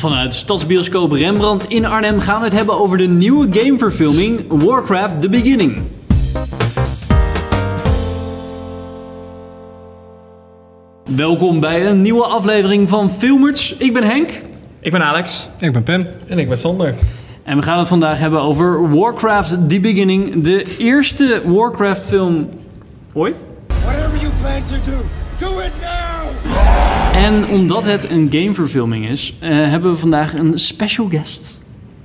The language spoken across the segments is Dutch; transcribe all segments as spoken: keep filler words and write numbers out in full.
Vanuit Stadsbioscoop Rembrandt in Arnhem gaan we het hebben over de nieuwe gameverfilming Warcraft: The Beginning. Welkom bij een nieuwe aflevering van Filmers. Ik ben Henk. Ik ben Alex. Ik ben Pim. En ik ben Sander. En we gaan het vandaag hebben over Warcraft: The Beginning. De eerste Warcraft film ooit. Whatever you plan to do, do it now! En omdat het een gameverfilming is, uh, hebben we vandaag een special guest.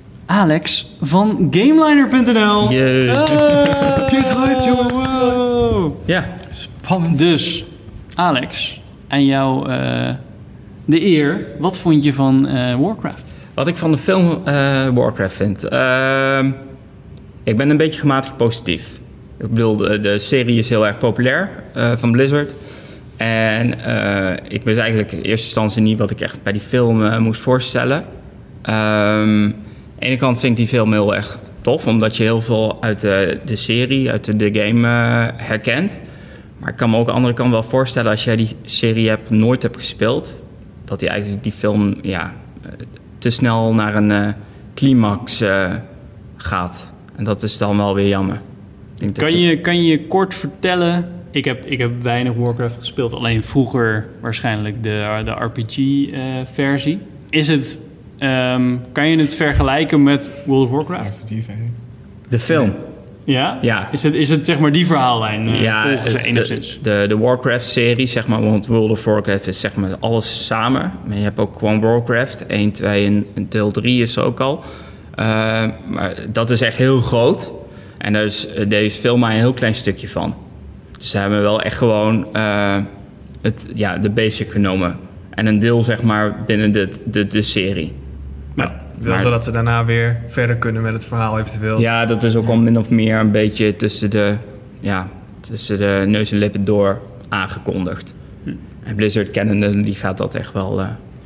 Alex van Gameliner punt n l. Yeah. Uh, Get hyped, jongens. wow. Ja. Spannend. Dus, Alex, aan jou uh, de eer. Wat vond je van uh, Warcraft? Wat ik van de film uh, Warcraft vind? Uh, ik ben een beetje gematigd positief. Ik bedoel, de, de serie is heel erg populair uh, van Blizzard. En uh, ik wist eigenlijk in eerste instantie niet wat ik echt bij die film uh, moest voorstellen. Um, aan de ene kant vind ik die film heel erg tof, omdat je heel veel uit de, de serie, uit de, de game uh, herkent. Maar ik kan me ook aan de andere kant wel voorstellen, als jij die serie hebt, nooit hebt gespeeld, dat die eigenlijk die film ja, te snel naar een uh, climax uh, gaat. En dat is dan wel weer jammer. Ik denk Kan dat je, kan je kort vertellen... Ik heb, ik heb weinig Warcraft gespeeld, alleen vroeger waarschijnlijk de, de R P G-versie. Uh, is het... Um, kan je het vergelijken met World of Warcraft? De film? Ja? Ja. Is het, is het zeg maar die verhaallijn uh, ja, volgens de, enigszins? De, de Warcraft-serie, zeg maar, want World of Warcraft is zeg maar alles samen. Maar je hebt ook gewoon Warcraft, één, twee en deel drie is er ook al. Uh, maar dat is echt heel groot. En daar is deze film maar een heel klein stukje van. Dus daar hebben we wel echt gewoon uh, het, ja, de basic genomen. En een deel, zeg maar, binnen de, de, de serie. Maar, wel maar, zodat ze daarna weer verder kunnen met het verhaal eventueel. Ja, dat is ook al min of meer een beetje tussen de, ja, tussen de neus en lippen door aangekondigd. Hm. En Blizzard kennende, die gaat dat echt wel... Uh,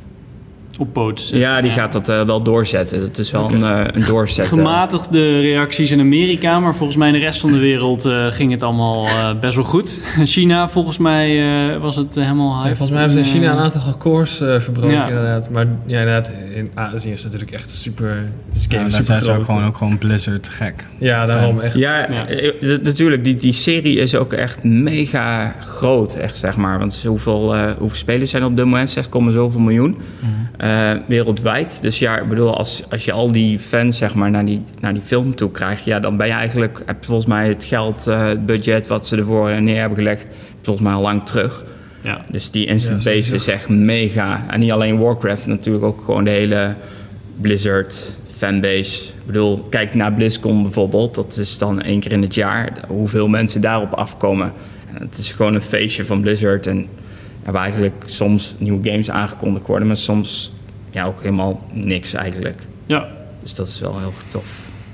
op poot zetten. Ja, die ja. gaat dat uh, wel doorzetten. Dat is wel okay. een, uh, een doorzetten. Gematigde reacties in Amerika, maar volgens mij in de rest van de wereld uh, ging het allemaal uh, best wel goed. China, volgens mij uh, was het uh, helemaal hype. Ja, volgens mij hebben ze in China een aantal records uh, verbroken ja. inderdaad. Maar ja, inderdaad, in Azië is het natuurlijk echt super... Ja, daar zijn ze ook gewoon, ook gewoon Blizzard gek. Ja, daarom echt. Ja, ja. Uh, natuurlijk, die, die serie is ook echt mega groot, echt zeg maar. Want hoeveel, uh, hoeveel spelers zijn er op dit moment? zes komma zoveel miljoen. Mm-hmm. Uh, wereldwijd. Dus ja, ik bedoel, als, als je al die fans zeg maar naar die, naar die film toe krijgt, ja, dan ben je eigenlijk, heb je volgens mij het geld, uh, het budget wat ze ervoor neer hebben gelegd, volgens mij al lang terug. Ja. Dus die instant ja, base is echt mega. En niet alleen Warcraft, natuurlijk ook gewoon de hele Blizzard fanbase. Ik bedoel, kijk naar BlizzCon bijvoorbeeld, dat is dan één keer in het jaar, hoeveel mensen daarop afkomen. En het is gewoon een feestje van Blizzard en er hebben eigenlijk soms nieuwe games aangekondigd worden, maar soms ja, ook helemaal niks eigenlijk. Ja. Dus dat is wel heel tof.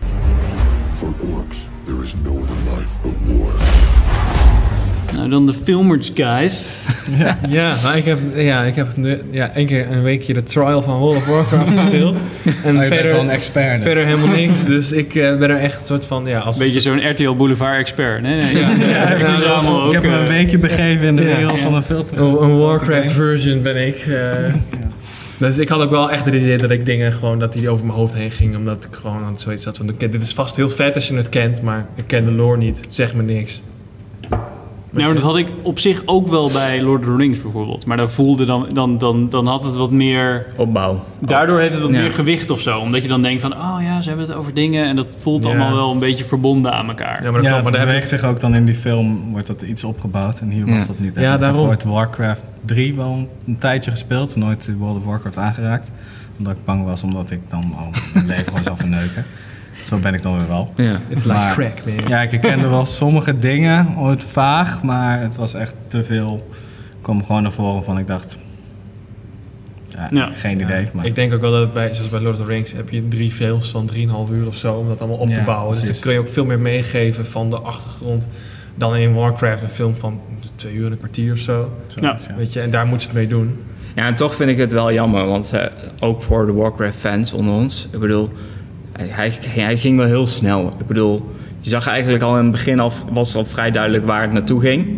For orcs, there is no other life but war. Nou, dan de Filmers guys. Ja, ja, maar ik heb, ja, ik heb ja, één keer een weekje de trial van World of Warcraft gespeeld. En oh, je verder, bent wel een expert. Dus. Verder helemaal niks, dus ik uh, ben er echt een soort van... Ja, als beetje zo'n R T L Boulevard expert. Nee, nee, ja, ja, ja, ik, ja, ja, ook, ik heb me uh, een weekje begeven in de ja, wereld ja. van een filter. Oh, een Warcraft version ben ik. Uh, ja. Dus ik had ook wel echt het idee dat ik dingen gewoon, dat die over mijn hoofd heen gingen. Omdat ik gewoon aan zoiets had van, dit is vast heel vet als je het kent, maar ik ken de lore niet, zeg me niks. Nou, dat had ik op zich ook wel bij Lord of the Rings bijvoorbeeld. Maar dan voelde dan, dan, dan, dan had het wat meer... Opbouw. Daardoor heeft het wat ja. meer gewicht of zo. Omdat je dan denkt van, oh ja, ze hebben het over dingen. En dat voelt ja. allemaal wel een beetje verbonden aan elkaar. Ja, maar dat ja, maar het beweegt zich ook dan in die film, wordt dat iets opgebouwd. En hier ja. was dat niet echt. Ja, ik daarom. heb ooit Warcraft drie wel een tijdje gespeeld. Nooit World of Warcraft aangeraakt. Omdat ik bang was, omdat ik dan al mijn leven gewoon zou verneuken. Zo ben ik dan weer wel. Ja. It's like maar, crack, man. Ja, ik herkende wel sommige dingen, ooit vaag, maar het was echt te veel. Ik kwam gewoon naar voren van, ik dacht... Ja, ja. geen idee. Maar. Ik denk ook wel dat het bij, zoals bij Lord of the Rings, heb je drie films van drieënhalf uur of zo om dat allemaal op ja, te bouwen. Precies. Dus dan kun je ook veel meer meegeven van de achtergrond dan in Warcraft, een film van twee uur en een kwartier of zo. zo ja. Weet je, en daar moet je het mee doen. Ja, en toch vind ik het wel jammer, want uh, ook voor de Warcraft-fans onder ons, ik bedoel... Hij, hij ging wel heel snel. Ik bedoel, je zag eigenlijk al in het begin al, was al vrij duidelijk waar het naartoe ging.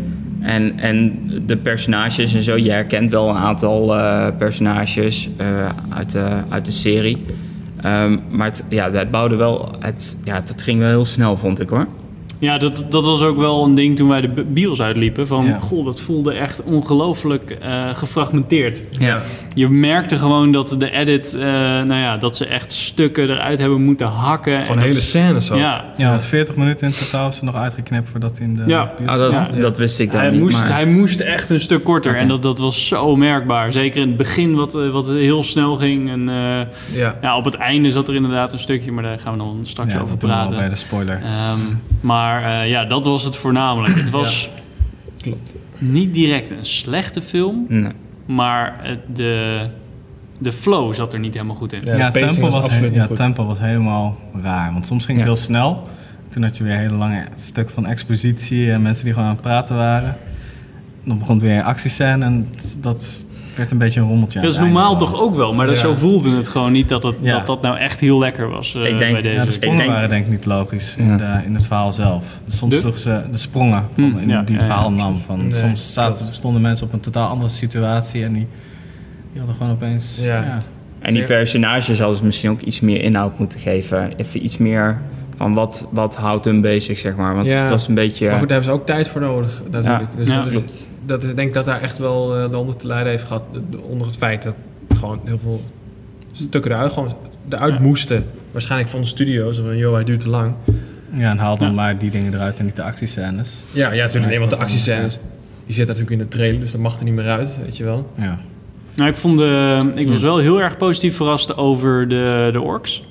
En, en de personages en zo, je herkent wel een aantal uh, personages uh, uit, de, uit de serie. Um, maar het, ja, het bouwde wel, het, ja, het ging wel heel snel, vond ik hoor. Ja, dat, dat was ook wel een ding toen wij de bios uitliepen. Van, Ja. goh, dat voelde echt ongelooflijk uh, gefragmenteerd. Ja. Je merkte gewoon dat de edit, uh, nou ja, dat ze echt stukken eruit hebben moeten hakken. Gewoon en hele dat, scènes ook. Ja, Ja, want veertig minuten in totaal is er nog uitgeknipt voordat hij in de Ja. buurt Oh, dat, Ja. dat wist ik dan hij, niet. moest, maar... hij moest echt een stuk korter. Oké. En dat, dat was zo merkbaar. Zeker in het begin wat, uh, wat heel snel ging. En uh, Ja. ja, op het einde zat er inderdaad een stukje, maar daar gaan we dan straks Ja, over dat doen we al praten. bij de spoiler. Um, maar uh, ja, dat was het voornamelijk. Het was Klopt. niet direct een slechte film, Nee. maar het, de, de flow zat er niet helemaal goed in. Ja, Ja, de pacing tempo was was, absoluut he- niet ja, goed. tempo was helemaal raar. Want soms ging het Ja. heel snel. Toen had je weer hele lange stukken van expositie en mensen die gewoon aan het praten waren. Dan begon het weer een actiescène en dat werd een beetje een rommeltje. aan Dat is het einde normaal vooral. toch ook wel, maar dat, Ja. zo voelde het gewoon niet dat het, Ja. dat, dat nou echt heel lekker was uh, Ik denk- bij deze. Ja, de sprongen denk- waren denk ik niet logisch in, Ja. de, in het verhaal zelf. Dus soms De? sloegen ze de sprongen van, Hmm, in, ja, die het ja, verhaal ja, nam. Van, Nee, soms zaten, klopt. stonden mensen op een totaal andere situatie en die, die hadden gewoon opeens... Ja. Ja. En die personages hadden ze misschien ook iets meer inhoud moeten geven. Even iets meer van wat, wat houdt hem bezig, zeg maar. Want Ja. het was een beetje... Maar goed, daar hebben ze ook tijd voor nodig, natuurlijk. Ja. Dus Ja. dat, is, dat is, ik denk dat daar echt wel uh, de onder te lijden heeft gehad. de- onder het feit dat gewoon heel veel stukken eruit, gewoon eruit Ja. moesten. Waarschijnlijk van de studio's. Van, joh, hij duurt te lang. Ja, en haal dan Ja. maar die dingen eruit en niet de actiescènes. Ja, ja, natuurlijk. Nee, want de Ja. actiescènes, die zitten natuurlijk in de trailer. Dus dat mag er niet meer uit, weet je wel. Ja. Nou, ik, vond de, ik was wel heel erg positief verrast over de, de orks.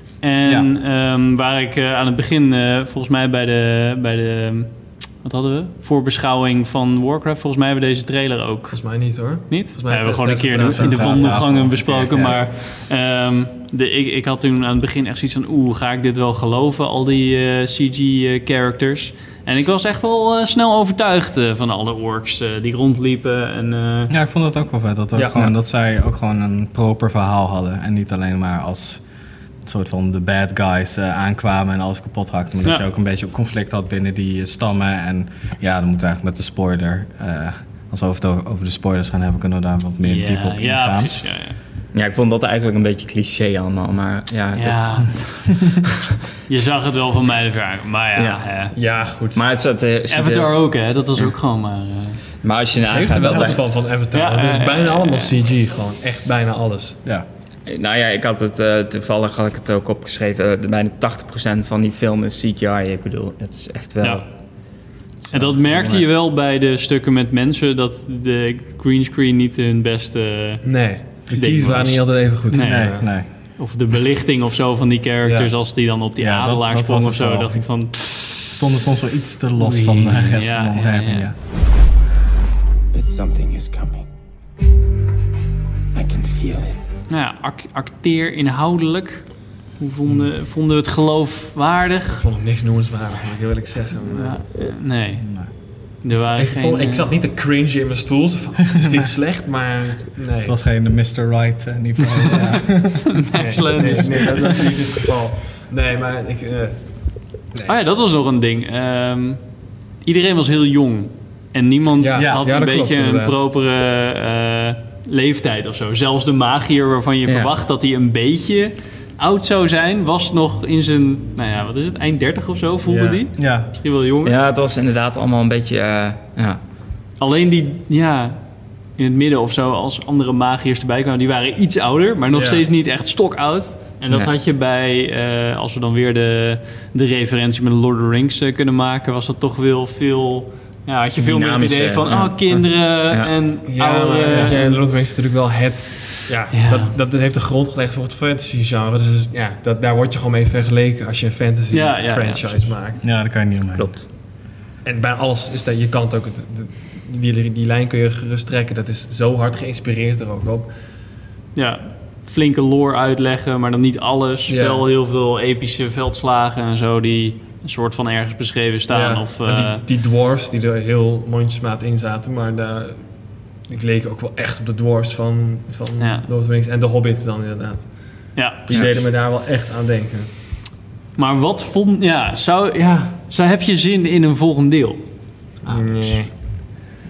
En ehm, waar ik uh, aan het begin, uh, volgens mij bij de, bij de, wat hadden we? Voorbeschouwing van Warcraft, volgens mij hebben we deze trailer ook. Volgens mij niet, hoor. Niet? mij We hebben gewoon een keer in tijdens de, in de de wandelgangen praattafel. besproken, Ja. maar ehm, de, ik, ik had toen aan het begin echt zoiets van, oeh, ga ik dit wel geloven, al die uh, C G-characters? En ik was echt wel uh, snel overtuigd uh, van alle orks uh, die rondliepen. En, uh, Ja, ik vond het ook wel vet. Dat, ook Ja. gewoon, Ja. dat zij ook gewoon een proper verhaal hadden. En niet alleen maar als een soort van de bad guys uh, aankwamen en alles kapot hakten. Maar dat Ja. je ook een beetje conflict had binnen die uh, stammen. En ja, dan moeten we eigenlijk met de spoiler... Uh, als we het over, over de spoilers gaan hebben, kunnen we daar wat meer ja, diep op ja, ingaan. precies, ja, ja. Ja, ik vond dat eigenlijk een beetje cliché allemaal. Maar ja, dat- Ja, je zag het wel van mij de vraag. Maar ja, Ja. ja. Ja, goed. maar het zat... eh, zit Avatar er- ook, hè? Dat was ook gewoon maar... uh, Maar als je het heeft nagaat er wel dat wat van, van Avatar. Ja, het is ja, bijna ja, allemaal ja. C G, gewoon. Echt bijna alles. Ja. Nou ja, ik had het uh, toevallig had ik het ook opgeschreven. Uh, bijna tachtig procent van die film is C G I. Ik bedoel, het is echt wel... Ja. En dat merkte je wel bij de stukken met mensen... dat de greenscreen niet hun beste... Nee, de Ding keys waren was- niet altijd even goed. Nee. Nee, Ja. nee. of de belichting of zo van die characters... Ja. als die dan op die Ja, dat- adelaar dat sprong was of het zo... wel. dacht ik van... Stonden soms wel iets te los Oei. van de rest Ja, van de ja, omgeving. ja. Ja. That something is coming. I can feel it. Nou ja, ac- acteer inhoudelijk. Hoe vonden, vonden we het geloofwaardig? Ik vond het niks noemenswaardig, moet ik heel eerlijk zeggen. Maar- Ja, eh, nee. Er waren Ik, geen, vond, ik eh, zat niet te cringe in mijn stoel. Zo van, het is niet slecht, maar nee. Het was geen mister Right uh, niveau. Ja. excellent. Nee, nee, nee, dat, dat is niet het geval. Nee, maar ik... eh, nee. Oh ja, dat was nog een ding. Ehm, iedereen was heel jong. En niemand Ja, had ja, een dat beetje klopt, een inderdaad. propere eh, leeftijd of zo. Zelfs de magier waarvan je Ja. verwacht dat hij een beetje oud zou zijn... was nog in zijn, nou ja, wat is het, eind dertig of zo voelde Ja. die. ja. Misschien wel jonger. Ja, het was inderdaad allemaal een beetje... uh, ja. Alleen die, ja, in het midden of zo, als andere magiërs erbij kwamen... die waren iets ouder, maar nog Ja. steeds niet echt stokoud. En dat Ja. had je bij, eh, als we dan weer de, de referentie met Lord of the Rings uh, kunnen maken... was dat toch wel veel... Ja, had je veel meer het Dynamische, idee van, ja. oh, kinderen Ja. en Ja, ouderen. maar ja, Lord of the Rings is natuurlijk wel het... Ja, Ja. Dat, dat heeft de grond gelegd voor het fantasy-genre. Dus ja, dat, daar word je gewoon mee vergeleken als je een Ja, ja, ja, fantasy-franchise precies. maakt. ja, daar kan je niet omheen. Klopt. En bij alles is dat... Je kan het ook... het- het- Die, die, die lijn kun je gerust trekken. Dat is zo hard geïnspireerd er ook op. Ja, flinke lore uitleggen, maar dan niet alles. Ja. Wel heel veel epische veldslagen en zo die een soort van ergens beschreven staan. Ja, Of, want eh, die, die dwarfs die er heel mondjesmaat in zaten, maar daar, ik leek ook wel echt op de dwarfs van, van Ja. Lord of the Rings en de Hobbit dan inderdaad. ja, Die precies. deden me daar wel echt aan denken. Maar wat vond... Ja, zou, ja, zou heb je zin in een volgend deel? nee.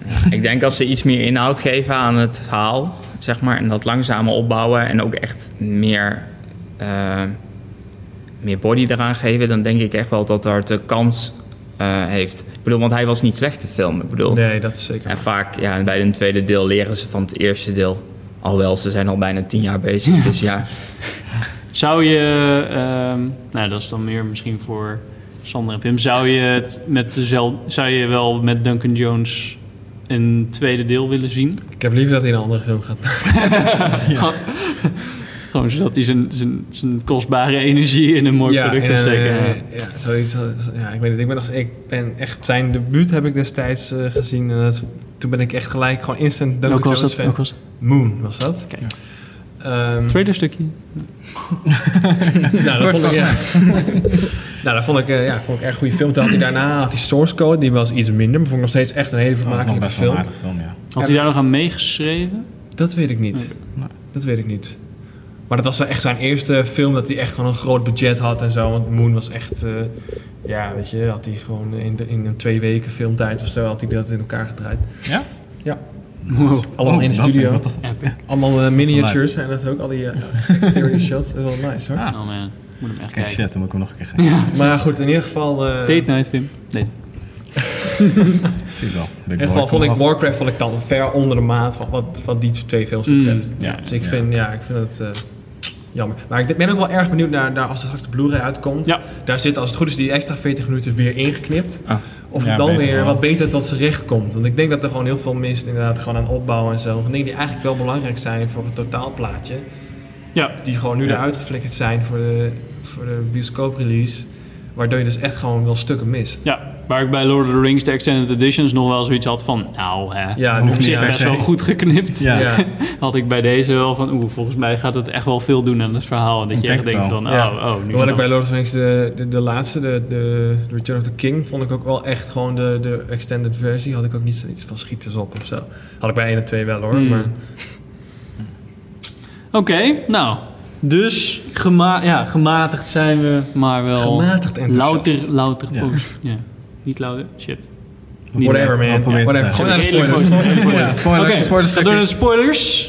Ik denk als ze iets meer inhoud geven aan het verhaal, zeg maar, en dat langzamer opbouwen en ook echt meer, uh, meer body eraan geven, dan denk ik echt wel dat daar de kans uh, heeft. Ik bedoel, want hij was niet slecht te filmen. Ik bedoel, Nee, dat is zeker. en vaak, ja, bij een tweede deel leren ze van het eerste deel. Alhoewel, ze zijn al bijna tien jaar bezig, dus ja. Zou je, um, nou dat is dan meer misschien voor Sander en Pim, zou je het met dezelfde, zou je wel met Duncan Jones een tweede deel willen zien? Ik heb liever dat hij in een andere film gaat. Gewoon- Gewoon zodat hij zijn, zijn, zijn kostbare energie in een mooi product in kan een, steken. eh, Ja. ja, zoiets. Ja, ik weet het. Ik ben, nog, ik ben echt zijn debuut heb ik destijds uh, gezien. En dat, toen ben ik echt gelijk gewoon instant Duncan Welke was Jones dat? fan. Welke was dat? Moon was dat. Kijk. Ehm, Trailerstukje. nou, dat vond ik, ja. nou, dat vond ik, uh, ja, vond ik echt een goede film. Toen had hij daarna had hij Source Code, die was iets minder. Maar vond ik nog steeds echt een hele Dat was nog vermakelijke best wel een film. aardige film, ja. Had hij daar nog aan meegeschreven? Dat weet ik niet. Nee. Dat weet ik niet. Maar dat was echt zijn eerste film dat hij echt gewoon een groot budget had en zo. Want Moon was echt, uh, ja, weet je, had hij gewoon in, de, in een twee weken filmtijd of zo had hij dat in elkaar gedraaid. Ja? Ja. Wow. Allemaal Oh, in de dat vind ik studio. wel tof. Allemaal uh, miniatures en dat ook, al die uh, exterior shots. Dat is wel nice hoor. Ah. Oh man, moet hem echt Kijk, kijken. shit, dan moet ik hem nog een keer gaan. Ja. Maar goed, in ieder geval... Uh, Date night, Pim. Date. Natuurlijk wel. Big in ieder Boy, geval vond ik kom op. Warcraft vond ik dan ver onder de maat van wat van die twee films betreft. Mm, ja. Dus ik Ja. vind, ja, ik vind het uh, jammer. Maar ik ben ook wel erg benieuwd naar, naar als er straks de Blu-ray uitkomt. Ja. Daar zit, als het goed is, die extra veertig minuten weer ingeknipt. Ah. Of Ja, het dan beter weer wel. wat beter tot zijn recht komt. Want ik denk dat er gewoon heel veel mist inderdaad gewoon aan opbouw en zo. Van dingen die eigenlijk wel belangrijk zijn voor het totaalplaatje. Ja. Die gewoon nu Ja. eruit geflikkerd zijn voor de, voor de bioscoop-release. Waardoor je dus echt gewoon wel stukken mist. Ja, waar ik bij Lord of the Rings, de Extended Editions, nog wel zoiets had van, nou hè, Ja, op nu zich niet best per se. wel goed geknipt. Ja. Ja. Had ik bij deze wel van, oeh, volgens mij gaat het echt wel veel doen aan het verhaal. Dat Ik je denk echt het denkt wel. van, Ja. oh, oh, nu Wat ik nog- bij Lord of the Rings, de, de, de laatste, de, de The Return of the King, vond ik ook wel echt gewoon de, de extended versie. Had ik ook niet zoiets van schieters op of zo. Had ik bij één en twee wel hoor. Hmm. Maar Oké, nou, dus gema ja, gematigd zijn we, maar wel gematigd enthousiast. louter, louter Ja. post. Ja. Niet louter, shit. Niet Whatever echt, man. wat probeer je te Whatever. zeggen. Gewoon naar de Redelijk spoilers. positief. Ja, spoilers, Oké, spoilers. dan doen we de spoilers.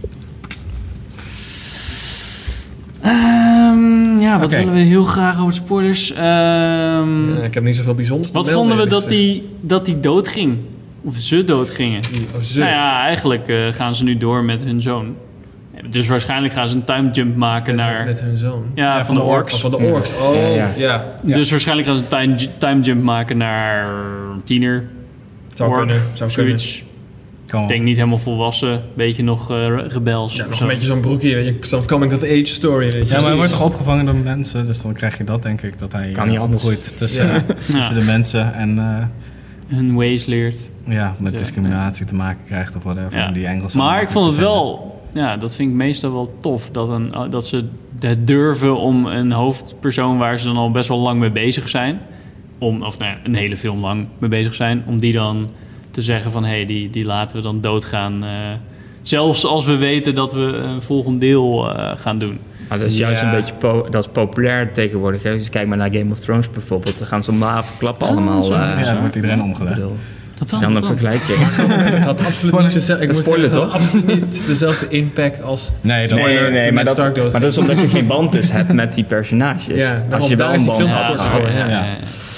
Ehm, ja, wat Oké. willen we heel graag over spoilers? Ehm, Ja, ik heb niet zoveel bijzonders te wat melden, vonden we eerlijk dat die, dat die dood ging? Of ze dood gingen? gezegd. Oh, ze. Nou ja, eigenlijk eh, gaan ze nu door met hun zoon. Dus waarschijnlijk gaan ze een time jump maken met, naar... met hun zoon. ja, Ja, van de orks. Of van de orks. Oh, Ja, ja. ja. ja. Dus waarschijnlijk gaan ze een time, time jump maken naar tiener. Zou ork, kunnen. Zou kunnen. zoiets. Kom Ik op. denk niet helemaal volwassen. Beetje nog eh, rebels. Ja, of nog zo. een beetje zo'n broekje, weet je, zo'n coming of age story. Weet je. Ja, maar hij wordt Precies. toch opgevangen door mensen, dus dan krijg je dat denk ik, dat hij Kan eh, niet anders. opgroeit tussen, Ja. tussen Ja. de mensen en eh, Hun ways leert. ja, met Ja. discriminatie te maken krijgt of whatever. Ja. Die Engelsen Maar ik vond het te vinden. wel... Ja, dat vind ik meestal wel tof. Dat, een, dat ze het durven om een hoofdpersoon waar ze dan al best wel lang mee bezig zijn... Om, of nou ja, een hele film lang mee bezig zijn... om die dan te zeggen van... hé, hey, die, die laten we dan doodgaan. eh, zelfs als we weten dat we een volgend deel eh, gaan doen. Maar dat is juist Ja. een beetje po- dat is populair tegenwoordig. Hè? Dus kijk maar naar Game of Thrones bijvoorbeeld. Dan gaan ze om de avond klappen Ja, allemaal. zo. eh, Ja, zo. dan wordt iedereen ik omgelegd. bedoel, Wat dan dan? een Wat dan? vergelijking. Het had absoluut niet, dezelfde, ik Een moet spoiler, zeggen, het had toch? absoluut niet dezelfde impact als... Nee, dat Nee, was... nee, nee, toen maar Ned dat, Stark dood maar dat is omdat je geen band dus hebt met die personages. Ja, daarom, Als je wel daar een is die band film hebt altijd gehad. voor, Ja, ja. ja, ja.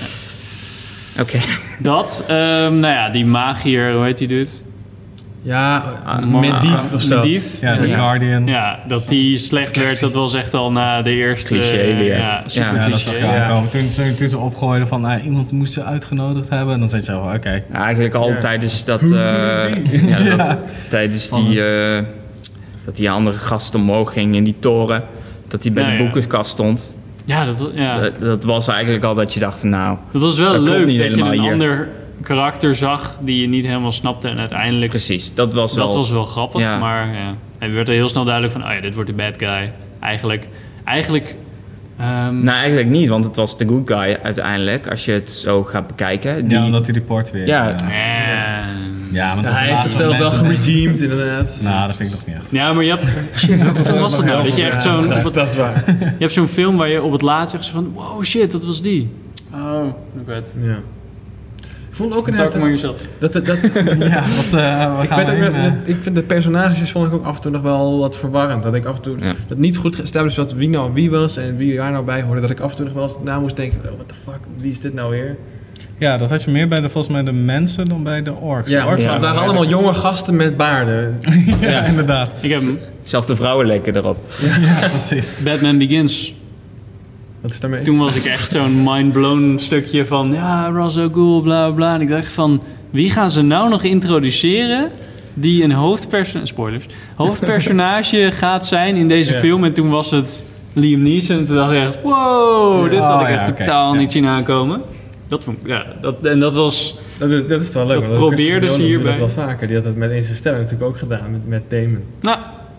Oké. Dat, ehm, nou ja, die magier, hoe heet die dude? Ja, Ah, Medief of zo. Medief. Ja, The Ja. Guardian. Ja, dat die slecht werd, dat was echt al na de eerste... Cliché weer. Ja, super Ja, Ja, dat cliché. zag je Ja. aankomen. Toen, toen, toen ze opgooiden van ah, iemand moest ze uitgenodigd hebben. En dan zei je zo van oké. Ja, eigenlijk al Ja. tijdens dat, eh, ja, dat tijdens die, eh, dat die andere gast omhoog ging in die toren, dat hij bij Ja, de ja. boekenkast stond. Ja, dat, wa- ja. Dat, dat was eigenlijk al dat je dacht van nou, dat was wel dat klopt leuk niet dat je helemaal een hier. ander karakter zag die je niet helemaal snapte. En uiteindelijk, precies, dat was wel. dat was wel grappig. Ja. Maar ja, hij werd er heel snel duidelijk van, oh ja, dit wordt de bad guy. Eigenlijk, eigenlijk... ehm, Nou, eigenlijk niet, want het was de good guy uiteindelijk, als je het zo gaat bekijken. Die, Ja, omdat hij die port weer... Ja. Ja, eh, ja want Ja, hij heeft zichzelf wel geredeemd, inderdaad. Nou, dat vind ik nog niet echt. ja, maar je hebt... Shit, welke film was dat nou? Dat je echt zo'n... Dat, op is- het- dat is waar. Je hebt zo'n film waar je op het laatst zegt van... Wow, shit, dat was die. Oh, ik weet. Ja. Ik vond ook Talk inderdaad... among yourself. Dat, dat, dat, Ja, wat, uh, wat ik, gaan weet we ook, heen, wel- uh, dat- ik vind de personages vond ik ook af en toe nog wel wat verwarrend. Dat ik af en toe Ja. dat niet goed geestablished was wie nou wie was en wie daar nou bij hoorde. Dat ik af en toe nog wel eens na moest denken, oh, what the fuck, wie is dit nou weer? Ja, dat had je meer bij de, volgens mij de mensen dan bij de orks. Ja, de orks het waren waren allemaal jonge gasten met baarden. ja, Ja. inderdaad. Ik heb hem. Zelfs de vrouwen leken erop. Ja, precies. Batman Begins. Wat is daarmee? Toen was ik echt zo'n mind-blown stukje van... Ja, Ra's al Ghul, bla bla bla. En ik dacht van... Wie gaan ze nou nog introduceren... die een hoofdpersonage... Spoilers. Hoofdpersonage gaat zijn in deze Ja. film. En toen was het Liam Neeson. Toen dacht ik echt... Wow, dit had Oh, ik echt ja, oké. totaal Ja. niet zien aankomen. Dat vond ik... Ja, dat, en dat was... Dat is, dat is wel leuk. Dat want probeerden Christopher ze Nolan doet hierbij. dat wel vaker. Die had dat met In zijn Sterren natuurlijk ook gedaan. Met, met Damon. Nou,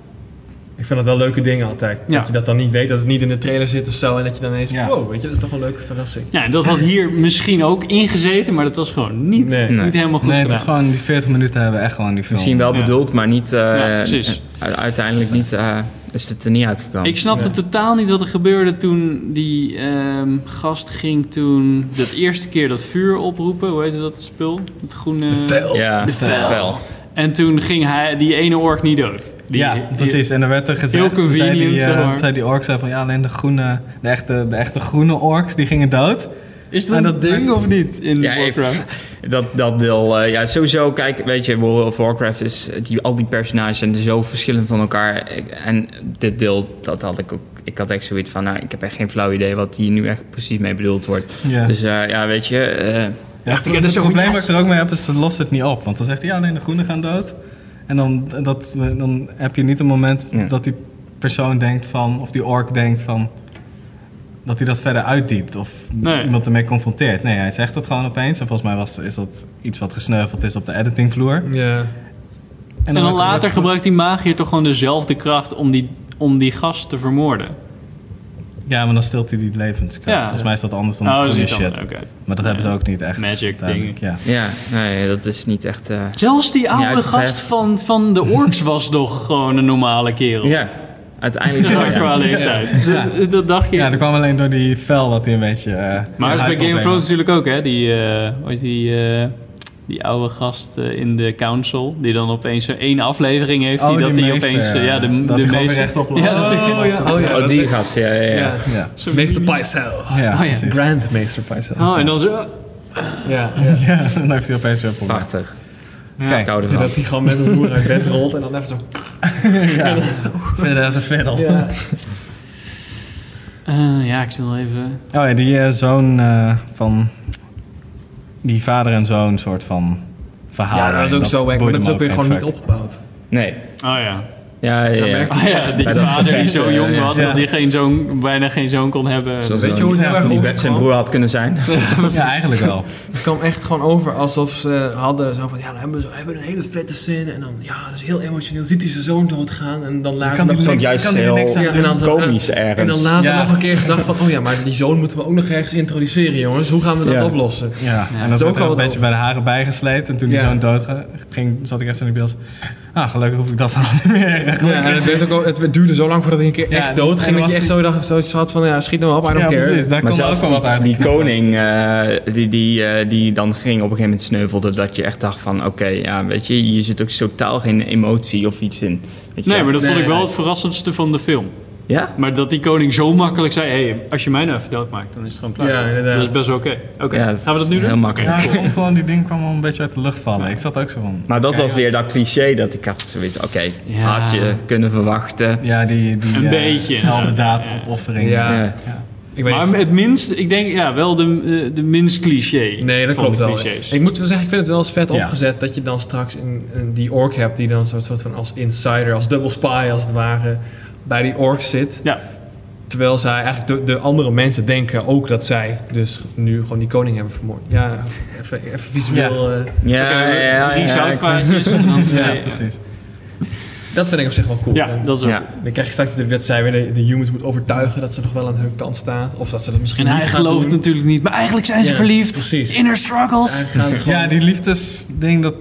Ik vind dat wel leuke dingen altijd. Ja. Dat je dat dan niet weet. Dat het niet in de trailer zit of zo. En dat je dan ineens... Ja. Wow, weet je, dat is toch een leuke verrassing. ja, dat had hier misschien ook ingezeten. Maar dat was gewoon niet, Nee. niet Nee. helemaal goed Nee, het gedaan. is gewoon die veertig minuten hebben echt gewoon die film. Misschien wel Ja. bedoeld, maar niet... eh, Ja, precies. u- uiteindelijk niet, eh, is het er niet uitgekomen. Ik snapte Ja. totaal niet wat er gebeurde toen die ehm, gast ging toen dat eerste keer dat vuur oproepen. Hoe heette dat spul? Het groene... Ja, De fel. fel. En toen ging hij, die ene ork niet dood. Die, Ja, die- precies. En er werd er gezegd, Heel convenient, zei die, eh, zeg maar. zei die ork zei van ja, alleen de groene, de echte, de echte groene orks, die gingen dood. Is dat En een dat ding werd- of niet in Ja, ik- Warcraft? Dat, dat deel, eh, ja, sowieso, kijk, weet je, World of Warcraft is, die, al die personages zijn zo verschillend van elkaar. Ik- En dit deel, dat had ik ook, ik had echt zoiets van, nou, ik heb echt geen flauw idee wat hier nu echt precies mee bedoeld wordt. Ja. Dus eh, ja, weet je, eh, Ja, Echt, ik het heb dus het zo probleem van, wat ik er ook mee heb is, ze lost het niet op. Want dan zegt hij, ja, alleen de groenen gaan dood. En dan, dat, dan heb je niet een moment Ja. dat die persoon denkt van, of die ork denkt van, dat hij dat verder uitdiept. Of Nee. iemand ermee confronteert. Nee, hij zegt dat gewoon opeens. En volgens mij was, is dat iets wat gesneuveld is op de editingvloer. Ja. En En dan wordt- later wordt- gebruikt die magier toch gewoon dezelfde kracht om die, om die gast te vermoorden. Ja, maar dan stilt hij die levenskracht. Ja. Volgens mij is dat anders dan Oh, de dat is goede iets shit. anders. Oké. Maar dat hebben ze Ja. ook niet echt. Magic duidelijk, dingen. Ja. ja, nee, dat is niet echt... eh, Zelfs die Niet oude uitgeverfd. gast van, van de orks was toch gewoon een normale kerel. ja, uiteindelijk wel, ja. Qua leeftijd. Ja. Dat, dat dacht je. Ja, dat kwam alleen door die vel dat hij een beetje... eh, Maar dat is bij hype Game of op Thrones natuurlijk ook, hè? Die, eh hoe heet die, eh, die oude gast eh, in de council, die dan opeens zo één aflevering heeft, Oh, die, dat die die meester, opeens, eh, ja, de, dat de hij gewoon weer meester- rechtop loopt. Ja, dat ik, Oh, oh, ja. dat- Oh, ja. Oh, die gast, ja, ja, ja. Ja. Ja, Zo- Meester Pycelle. ja, Oh, ja. precies. Grand Meester Pycelle. Oh, en dan zo... Ja. Ja, dan heeft hij opeens weer een probleem. Prachtig. Ja. Kijk, Koude En van. dat hij gewoon met een roer uit bed rolt en dan even zo... ja. Verder als een fiddle. Ja. Eh, ja, ik zal even... Oh ja, die eh, zoon eh, van... Die vader en zoon soort van verhaal. Ja, dat is ook zo weg, maar boeide dat is me ook weer geen gewoon niet fuck. opgebouwd. Nee. Oh ja. Ja, ja, ja. Ah, ja, die Bij dat vader die gevecht, zo eh, jong ja. was Ja. dat hij geen zoon, bijna geen zoon kon hebben. Zoals Weet je een- hoe het heel Ja, erg die die over zijn kwam? broer had kunnen zijn. Ja, eigenlijk wel. Het kwam echt gewoon over alsof ze hadden zo van... Ja, dan hebben we, zo, hebben we een hele vette scène. En dan, ja, dat is heel emotioneel. Ziet hij zijn zoon doodgaan. En dan later kan nog niet zo... niks- juist kan hij er heel niks aan Ja, en dan zo, komisch en, ergens. en dan later Ja. nog een keer gedacht van... Oh ja, maar die zoon moeten we ook nog ergens introduceren, jongens. Hoe gaan we dat Ja. oplossen? Ja, Ja, en dat dat is ook werd er wel een wat beetje over. bij de haren bijgesleept. En toen die Ja. zoon dood ging, zat ik echt zo in de beeld. Ah, gelukkig hoef ik dat verhaal niet meer. Ja, en het, werd ook, al- het duurde zo lang voordat hij een keer Ja, echt dood en ging. dan Dat je was echt zo dacht, zoiets had van... Ja, schiet nou op, I don't Ja, care. precies. Daar Maar kon ook zelfs wel wat uit. die, die koning eh, die, die, eh, die dan ging op een gegeven moment sneuvelde, dat je echt dacht van oké, ja, weet je, hier zit ook totaal geen emotie of iets in. Weet je Nee, wel. maar dat vond Nee, ik wel nee. het verrassendste van de film. Ja? Maar dat die koning zo makkelijk zei... Hey, als je mij nou even doodmaakt, dan is het gewoon klaar. Ja, inderdaad. Dat is best wel oké. Oké, Ja, gaan we dat nu doen? heel makkelijk. Ja, het kwam gewoon, die ding kwam wel een beetje uit de lucht vallen. Ik zat ook zo van... Maar dat kijk, was weer wat- dat cliché dat ik had zoiets, oké, Ja. had je kunnen verwachten. Ja, die, die Een eh, beetje, heldendaad, ja. opoffering. Ja. Ja. Ja. Ik weet Maar niet. het minst, ik denk, ja, wel de, de, de minst cliché Nee, dat van klopt de wel. clichés. Ik moet wel zeggen, ik vind het wel eens vet Ja. opgezet dat je dan straks een, een, die ork hebt die dan soort, soort van als insider, als double spy als het ware, bij die ork zit. Ja, Terwijl zij eigenlijk de, de andere mensen denken ook dat zij dus nu gewoon die koning hebben vermoord. Ja, even, even visueel. eh, Ja, Oké, ja, ja, drie ja, zoutvaatjes en dan twee. Ja, precies. dat vind ik op zich wel cool. Ja, En dat is ook. Ja. dan krijg je straks natuurlijk dat zij weer de, de humans moet overtuigen dat ze nog wel aan hun kant staat. Of dat ze dat misschien En niet hij gaan gelooft doen. natuurlijk niet, maar eigenlijk zijn ze Ja, verliefd. precies. Inner Dus struggles. eigenlijk gaan ze gewoon- Ja, die liefdesding, dat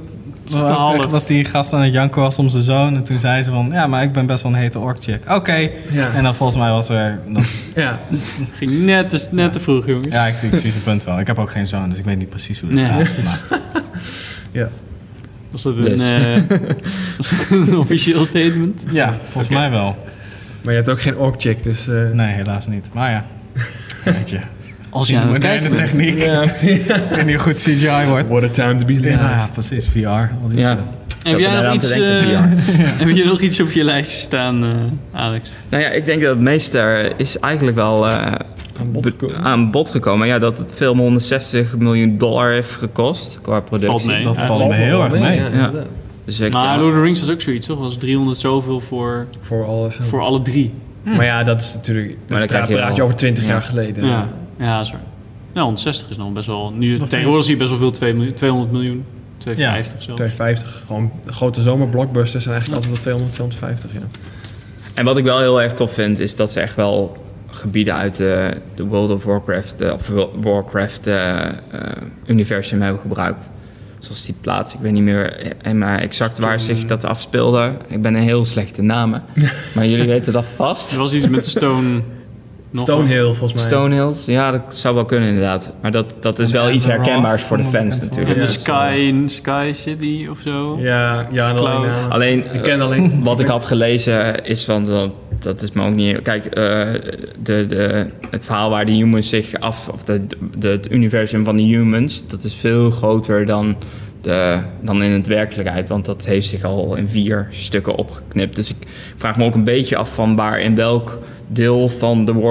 Wel ook half. echt dat die gast aan het janken was om zijn zoon. En toen zei ze van, ja, maar ik ben best wel een hete ork-chick. Oké. Okay. Ja. En dan volgens mij was er... Dat, Ja. Ging net te, net te vroeg, jongens. ja, ik, ik zie zijn punt wel. Ik heb ook geen zoon, dus ik weet niet precies hoe dat Nee. gaat. Maar, Ja. Was dat een, Dus. eh, was dat een officieel statement? ja, volgens mij wel. Maar je hebt ook geen ork-chick, dus... Uh... Nee, helaas niet. Maar ja, weet je. Als je aan het moderne kijken bent. techniek. Ja, precies. Ik weet niet hoe goed C G I wordt. What a time to be alive. Ja, precies. V R. Al die Ja. shit. Heb jij, er nog aan te iets, denken, eh, heb je nog iets op je lijstje staan, uh, Alex? Nou ja, ik denk dat het meeste is eigenlijk wel uh, Aan bod gekomen. aan bod gekomen. Ja, dat het film honderdzestig miljoen dollar heeft gekost qua productie. Valt mee. Dat Ja, valt me heel erg mee. Ja, inderdaad. Dus ik, Maar ja, Lord of the Rings was ook zoiets, toch? Was driehonderd zoveel voor, Voor alle films. voor alle drie. Maar ja, dat is natuurlijk... Maar Maar dan dan krijg je praat je wel- over twintig Ja. jaar geleden. Ja, ja, dat is waar. Ja, honderdzestig is nog best wel... Nu, Dat tegenwoordig zie je best wel veel, twee miljoen, tweehonderd miljoen, tweehonderdvijftig zo. tweehonderdvijftig. Gewoon grote zomerblockbusters zijn eigenlijk altijd wel tweehonderd, tweehonderdvijftig, ja. En wat ik wel heel erg tof vind, is dat ze echt wel gebieden uit de, de World of Warcraft, eh, of Warcraft eh, eh, universum hebben gebruikt. Zoals die plaats, ik weet niet meer eh, maar exact waar zich dat afspeelde. Ik ben een heel slechte namen, maar jullie weten dat vast. Er was iets met Stone... nog Stonehill, volgens mij. Stonehills, ja, dat zou wel kunnen inderdaad. Maar dat, dat is wel iets herkenbaars voor de fans En natuurlijk. de Ja, Sky, Sky City of zo. Ja, ja, en alleen, Cloud. namen. Alleen, Ik ken alleen... wat ik had gelezen is van, dat, dat is me ook niet... Kijk, uh, de, de, het verhaal waar de humans zich af... Of de, de, het universum van de humans, dat is veel groter dan, de, dan in het werkelijkheid. Want dat heeft zich al in vier stukken opgeknipt. Dus ik vraag me ook een beetje af van waar, in welk deel van de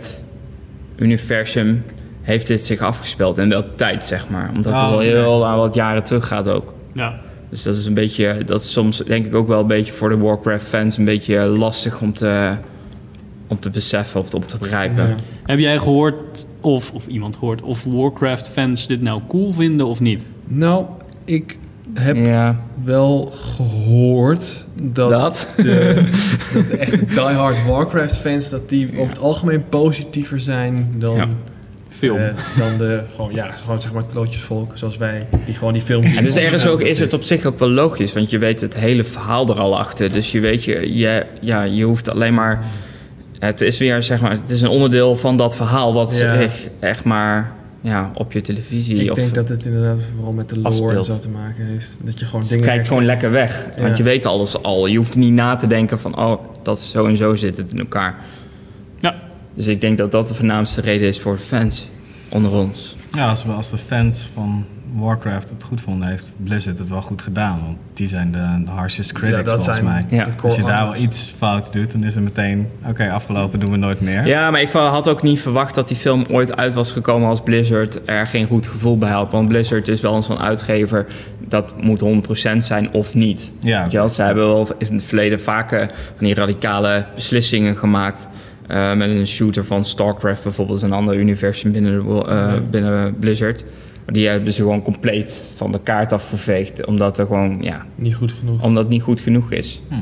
Warcraft-universum heeft dit zich afgespeeld. In welke tijd, zeg maar. Omdat het Oh, al heel oké. aan wat jaren terug gaat ook. Ja. Dus dat is een beetje, dat is soms denk ik ook wel een beetje voor de Warcraft-fans een beetje lastig om te, om te beseffen of om te begrijpen. Ja. Heb jij gehoord, of, of iemand gehoord, of Warcraft-fans dit nou cool vinden of niet? Nou, ik heb Ja. wel gehoord dat, Dat? De, dat de echte diehard Warcraft-fans... dat die over het algemeen positiever zijn dan... Ja. Film. eh, dan de, gewoon, ja, gewoon zeg maar het klootjesvolk zoals wij, die gewoon die film zien. En dus ergens Ja, ook dat is het op zich ook wel logisch, want je weet het hele verhaal er al achter. Dus je weet, je, je, ja, je hoeft alleen maar... Het is weer, zeg maar, het is een onderdeel van dat verhaal wat Ja. zich echt maar ja, op je televisie Ik of denk dat het inderdaad vooral met de lore en afspeelt. zo te maken heeft. Dat je gewoon het dingen... kijkt gewoon herkent. lekker weg. Want Ja. je weet alles al. Je hoeft niet na te denken van, oh, dat is zo en zo zit het in elkaar. Ja. Dus ik denk dat dat de voornaamste reden is voor de fans onder ons. Ja, als, we- als de fans van Warcraft het goed vonden, heeft Blizzard het wel goed gedaan. Want die zijn de, de harshest critics Ja, dat volgens zijn mij. Ja. de Als je core daar wel owners. iets fout doet, dan is het meteen... Oké, afgelopen doen we nooit meer. Ja, maar ik had ook niet verwacht dat die film ooit uit was gekomen als Blizzard er geen goed gevoel bij had. Want Blizzard is wel zo'n uitgever, dat moet honderd procent zijn of niet. Ja, Weet je wel, ze hebben wel in het verleden vaker van die radicale beslissingen gemaakt. Uh, met een shooter van StarCraft bijvoorbeeld, een ander universum binnen, de, uh, Ja. binnen Blizzard. Maar die hebben ze gewoon compleet van de kaart afgeveegd, omdat er gewoon, ja, Niet goed genoeg. omdat het niet goed genoeg is. Hm.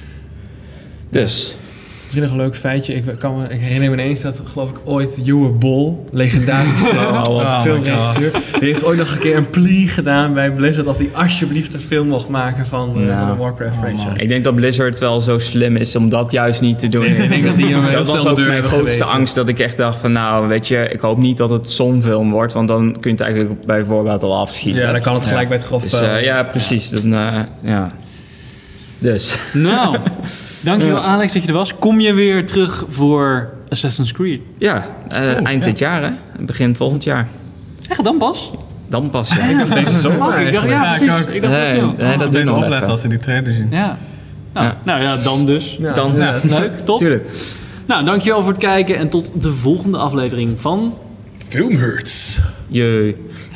Dus, Misschien nog een leuk feitje. Ik, kan me, ik herinner me ineens dat, geloof ik, ooit Uwe Boll, legendarische Oh my filmregisseur, die heeft ooit nog een keer een plea gedaan bij Blizzard of die alsjeblieft een film mocht maken van, uh, Nou. van de Warcraft Oh, franchise. man. ik denk dat Blizzard wel zo slim is om dat juist niet te doen. Ik denk dat die hem heel Dat snel was de ook deur mijn hebben grootste gewezen. angst, dat ik echt dacht van, nou, weet je, ik hoop niet dat het zo'n film wordt, want dan kun je het eigenlijk bij voorbaat al afschieten. Ja, dan kan het gelijk Ja. bij het grof. Dus uh, eh, ja, precies. Dan, eh, ja. Dus. Nou, dankjewel Alex dat je er was. Kom je weer terug voor Assassin's Creed? Ja, eh, Oeh, eind ja. dit jaar, hè? Begin volgend jaar. Echt dan pas? Dan pas. Ja. Ik dacht deze zomer Fuck, ik dacht, eigenlijk. ja, Ja, ik precies. ook. Ik dacht Nee, wel snel. nee, dat dat duurt nog opletten even. als ze die trailer zien. Ja. Nou, Ja. nou ja, dan dus. Ja, Dan- ja. Leuk, top. Tuurlijk. Nou, dankjewel voor het kijken en tot de volgende aflevering van... Filmhurts. Jee.